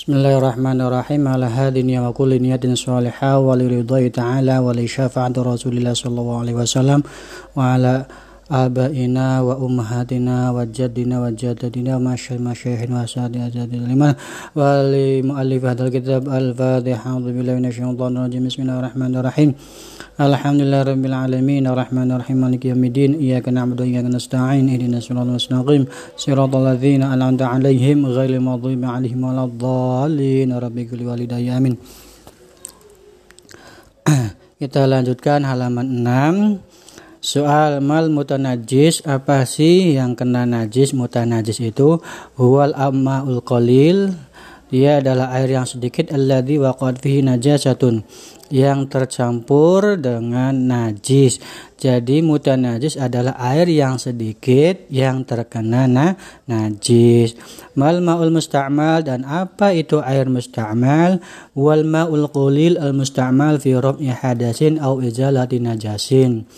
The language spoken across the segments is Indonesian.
Bismillahirrahmanirrahim. Ala hadin wa kulli niyatin salihah wa li ridai ta'ala wa li syafa'ati Rasulillah sallallahu alaihi wasallam wa ala abaina wa ummahatina wa jaddina wa jadadina wa masyayikhin wa asatidzatina liman wa li muallif hadzal kitab al-Fatihah. A'udzu billahi minasyaitonir rajim. Bismillahirrahmanirrahim. Alhamdulillahirabbil alamin arrahmanirrahim maliki yaumiddin iyyaka na'budu wa iyyaka nasta'in ihdinas siratal mustaqim siratal ladzina an'amta 'alaihim ghairil maghdubi 'alaihim waladdallin rabbighfir walidayya amin. Kita lanjutkan halaman 6. Soal mal mutanajis, apa sih yang kena najis? Mutanajis itu huwal amma'ul qalil, dia adalah air yang sedikit, alladzi waqa'at fihi najasatun, yang tercampur dengan najis. Jadi mutanajis adalah air yang sedikit yang terkena najis. Mal ma'ul musta'mal, dan apa itu air musta'mal? Wal ma'ul qalil al musta'mal fi raf'i hadasin au izalati najasin.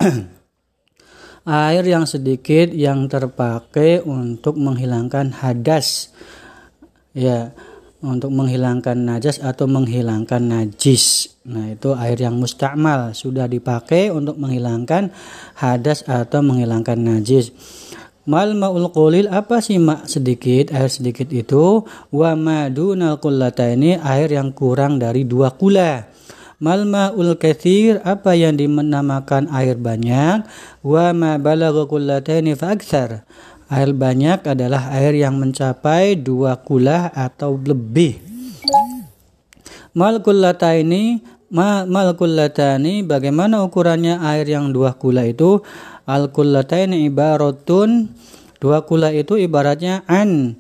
Air yang sedikit yang terpakai untuk menghilangkan hadas, ya, untuk menghilangkan najas atau menghilangkan najis. Nah, itu air yang musta'mal, sudah dipakai untuk menghilangkan hadas atau menghilangkan najis. Mal ma'ul qalil, apa sih sedikit? Air sedikit itu wa madunal qullataini, air yang kurang dari 2 kula. Mal ma'ul katsir, apa yang dinamakan air banyak? Wa ma balagha qullataini fa aktsar, air banyak adalah air yang mencapai 2 kula atau lebih. Mal qullataini, mal qullatani, bagaimana ukurannya air yang 2 kula itu? Al qullataini ibaratun, 2 kula itu ibaratnya an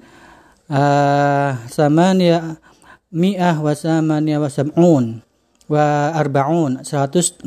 samania mi'ah wa samania wa sab'un wa arba'un, 148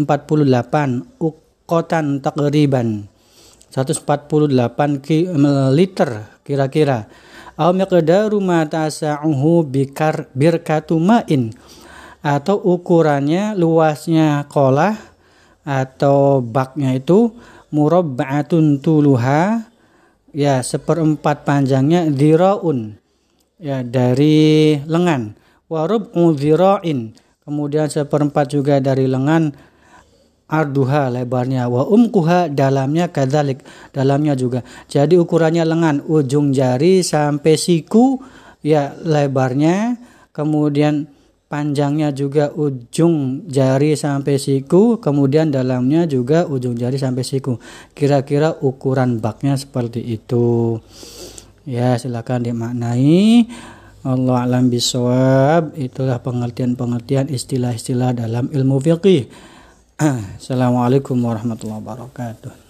uqatan taqriban, 148 liter kira-kira. Au miqdaru ma tasa'uhu birkatu ma'in, atau ukurannya luasnya kolah atau baknya itu murabba'atun tuluha, ya 1/4 panjangnya, dhira'un, ya dari lengan, wa rub'u dhira'in, kemudian 1/4 juga dari lengan, arduha lebarnya, wa umkuha dalamnya kadzalik, dalamnya juga. Jadi ukurannya lengan, ujung jari sampai siku, ya lebarnya, kemudian panjangnya juga ujung jari sampai siku, kemudian dalamnya juga ujung jari sampai siku. Kira-kira ukuran baknya seperti itu. Ya, silakan dimaknai. Allah alam bisawab. Itulah pengertian-pengertian istilah-istilah dalam ilmu fiqih. Assalamualaikum warahmatullahi wabarakatuh.